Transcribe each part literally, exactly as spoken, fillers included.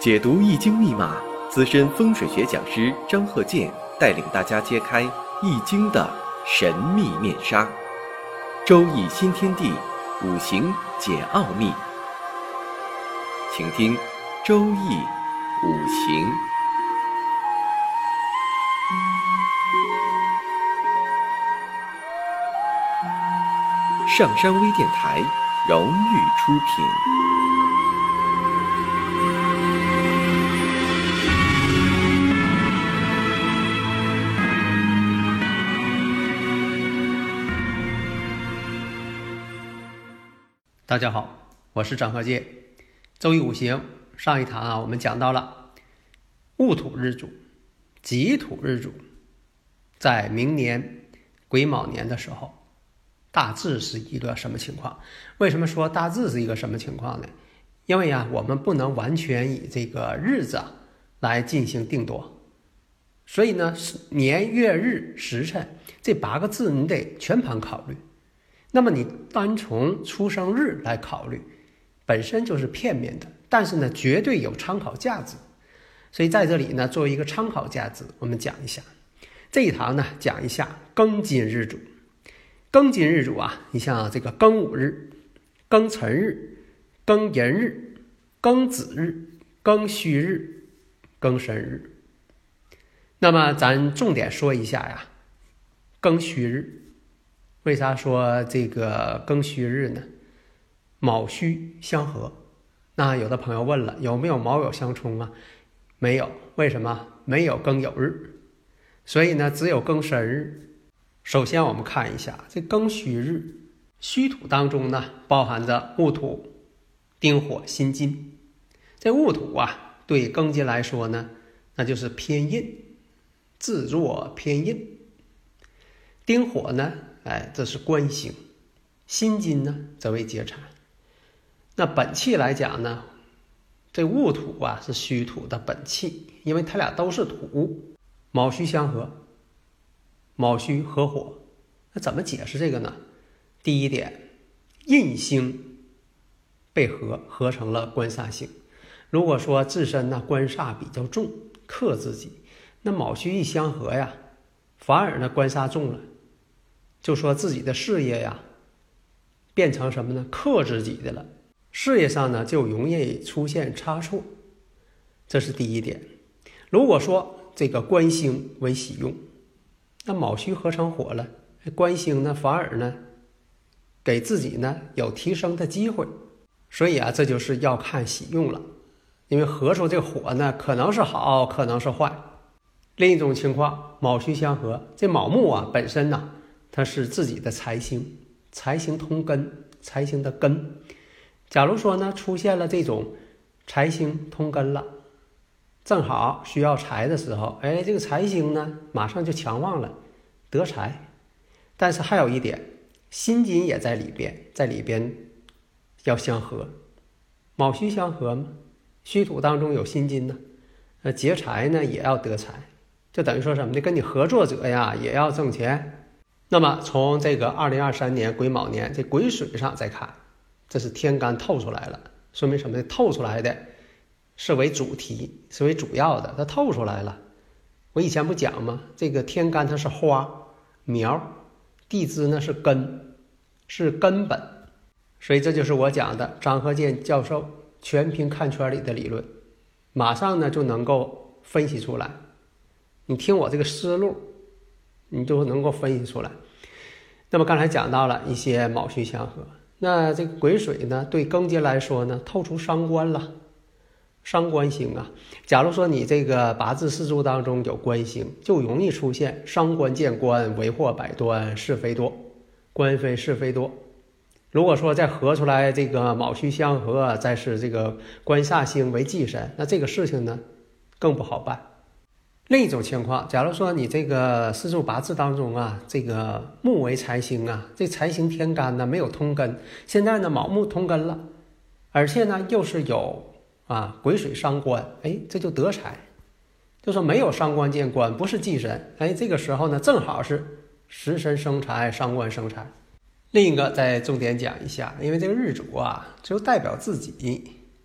解读易经密码，资深风水学讲师张鹤剑带领大家揭开易经的神秘面纱。周易新天地，五行解奥秘。请听周易五行。上山微电台荣誉出品。 大家好，我是张鹤剑。周易五行上一堂啊，我们讲到了戊土日主、己土日主在明年癸卯年的时候，大致是一个什么情况？为什么说大致是一个什么情况呢？因为啊，我们不能完全以这个日子啊来进行定夺，所以呢，年月日时辰这八个字你得全盘考虑。那么你单从出生日来考虑，本身就是片面的，但是呢，绝对有参考价值。所以在这里呢，作为一个参考价值，我们讲一下。这一堂呢，讲一下庚金日主。庚金日主啊，你像这个庚午日、庚辰日、庚寅日、庚子日、庚戌日、庚申日。那么咱重点说一下呀，庚戌日。为啥说这个庚戌日呢？卯戌相合。那有的朋友问了，有没有卯酉相冲啊？没有。为什么？没有庚酉日，所以呢，只有庚申日。首先我们看一下这庚戌日，戌土当中呢，包含着戊土、丁火、辛金。这戊土啊，对庚金来说呢，那就是偏印，自弱偏印。丁火呢，哎，这是官星，辛金呢则为劫财。那本气来讲呢，这戊土啊是戌土的本气，因为它俩都是土，卯戌相合，卯戌合火。那怎么解释这个呢？第一点，印星被合，合成了官煞星。如果说自身呢官煞比较重，克自己，那卯戌一相合呀，反而呢官煞重了，就说自己的事业呀变成什么呢？克自己的了，事业上呢就容易出现差错，这是第一点。如果说这个官星为喜用，那卯戌合成火了，官星呢反而呢给自己呢有提升的机会，所以啊这就是要看喜用了，因为合出这个火呢可能是好，可能是坏。另一种情况，卯戌相合，这卯木啊本身呢它是自己的财星，财星通根，财星的根。假如说呢出现了这种财星通根了，正好需要财的时候，哎，这个财星呢马上就强旺了，得财。但是还有一点，辛金也在里边，在里边要相合。卯戌相合嘛，戌土当中有辛金呢，呃，劫财呢也要得财，就等于说什么呢？跟你合作者呀也要挣钱。那么从这个二零二三年癸卯年这癸水上再看，这是天干透出来了，说明什么呢？透出来的是为主题，是为主要的，它透出来了。我以前不讲吗？这个天干它是花苗，地支呢是根，是根本。所以这就是我讲的张鹤剑教授全凭看圈里的理论，马上呢就能够分析出来。你听我这个思路，你就能够分析出来。那么刚才讲到了一些卯戌相合，那这个癸水呢对庚金来说呢透出伤官了，伤官星啊。假如说你这个八字四柱当中有官星，就容易出现伤官见官，为祸百端，是非多，官非是非多。如果说再合出来这个卯戌相合，再是这个官煞星为忌神，那这个事情呢更不好办。另一种情况，假如说你这个四柱八字当中啊，这个木为财星啊，这财星天干呢没有通根，现在呢卯木通根了，而且呢又是有啊癸水伤官，哎，这就得财。就说没有伤官见官，不是忌神，哎，这个时候呢正好是食神生财，伤官生财。另一个再重点讲一下，因为这个日主啊就代表自己，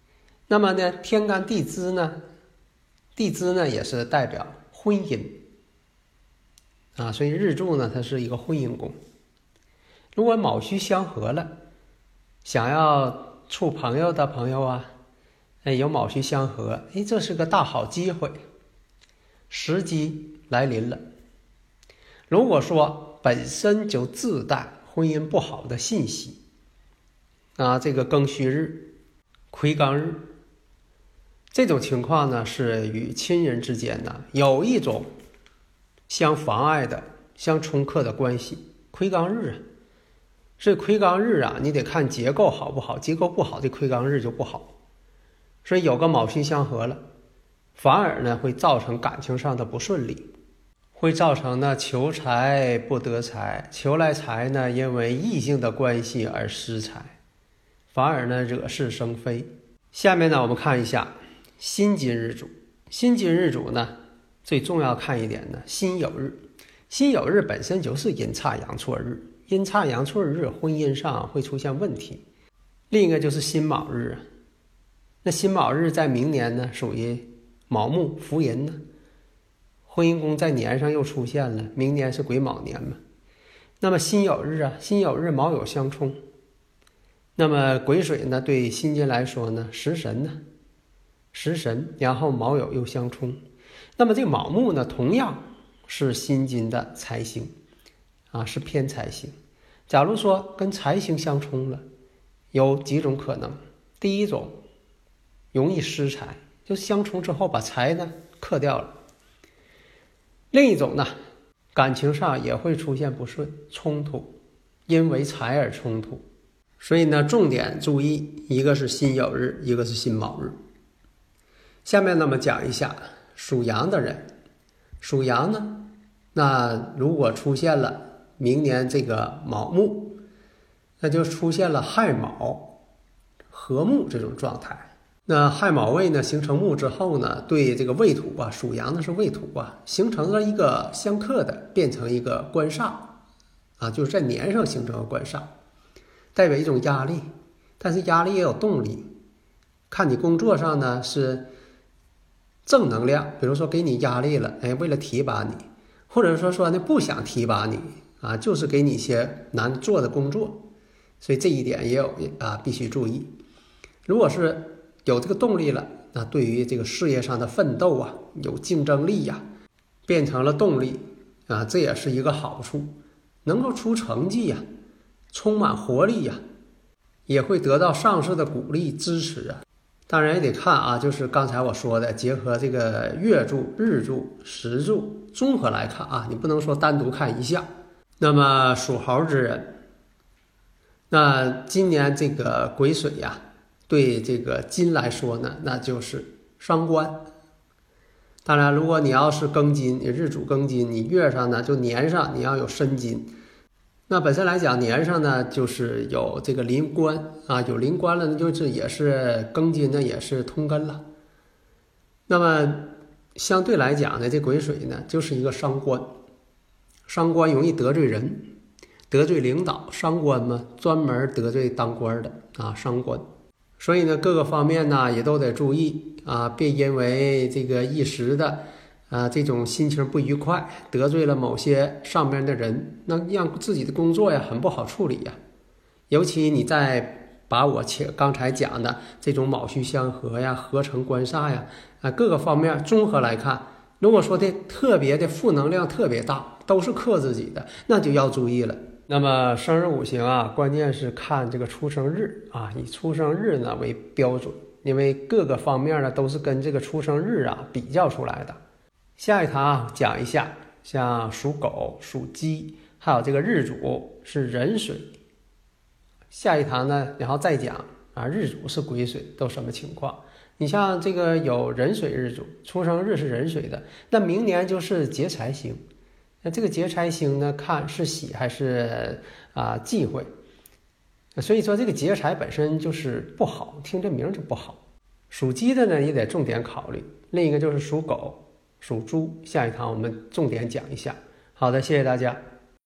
那么呢，天干地支呢，地支呢也是代表婚姻啊，所以日柱呢它是一个婚姻宫。如果卯戌相合了，想要处朋友的朋友啊，哎，有卯戌相合，哎，这是个大好机会，时机来临了。如果说本身就自带婚姻不好的信息啊，这个庚戌日、癸刚日，这种情况呢，是与亲人之间呢有一种相妨碍的、相冲克的关系。癸刚日啊，所以癸刚日啊，你得看结构好不好，结构不好，这癸刚日就不好。所以有个卯戌相合了，反而呢会造成感情上的不顺利，会造成呢求财不得财，求来财呢因为异性的关系而失财，反而呢惹是生非。下面呢我们看一下辛金日主。辛金日主呢最重要看一点呢，辛酉日。辛酉日本身就是阴差阳错日，阴差阳错日婚姻上会出现问题。另一个就是辛卯日啊，那辛卯日在明年呢属于卯木伏吟呢，婚姻宫在年上又出现了，明年是癸卯年嘛。那么辛酉日啊，辛酉日卯酉相冲，那么癸水呢对辛金来说呢食神呢，食神，然后卯酉又相冲，那么这个卯木呢同样是辛金的财星啊，是偏财星。假如说跟财星相冲了，有几种可能。第一种，容易失财，就相冲之后把财呢克掉了。另一种呢，感情上也会出现不顺冲突，因为财而冲突。所以呢，重点注意，一个是辛酉日，一个是辛卯日。下面呢我们讲一下属羊的人。属羊呢，那如果出现了明年这个卯木，那就出现了亥卯合木这种状态。那亥卯未呢形成木之后呢，对这个未土啊，属羊的是未土啊，形成了一个相克的，变成一个官煞啊，就是在年上形成了官煞，代表一种压力，但是压力也有动力。看你工作上呢是正能量，比如说给你压力了，哎，为了提拔你，或者说说呢不想提拔你啊，就是给你一些难做的工作，所以这一点也有啊必须注意。如果是有这个动力了，那对于这个事业上的奋斗啊，有竞争力呀、啊，变成了动力啊，这也是一个好处，能够出成绩呀、啊，充满活力呀、啊，也会得到上司的鼓励支持啊。当然也得看啊，就是刚才我说的，结合这个月柱、日柱、时柱综合来看啊，你不能说单独看一项。那么属猴之人，那今年这个癸水呀、啊，对这个金来说呢，那就是伤官。当然，如果你要是庚金，你日主庚金，你月上呢就年上你要有申金。那本身来讲，年上呢就是有这个临官啊，有临官了，那就是也是庚金呢，也是通根了。那么相对来讲呢，这癸水呢就是一个伤官，伤官容易得罪人，得罪领导，伤官嘛，专门得罪当官的啊，伤官。所以呢，各个方面呢也都得注意啊，别因为这个一时的。啊，这种心情不愉快，得罪了某些上边的人，那让自己的工作呀很不好处理呀。尤其你再把我前刚才讲的这种卯戌相合呀、合成官煞呀，啊，各个方面综合来看，如果说的特别的负能量特别大，都是克自己的，那就要注意了。那么生日五行啊，关键是看这个出生日啊，以出生日呢为标准，因为各个方面呢都是跟这个出生日啊比较出来的。下一堂啊，讲一下像属狗、属鸡，还有这个日主是壬水。下一堂呢，然后再讲啊，日主是癸水都什么情况？你像这个有壬水日主，出生日是壬水的，那明年就是劫财星。那这个劫财星呢，看是喜还是啊忌讳。所以说这个劫财本身就是不好，听这名就不好。属鸡的呢，也得重点考虑。另一个就是属狗。属猪，下一堂我们重点讲一下。好的，谢谢大家。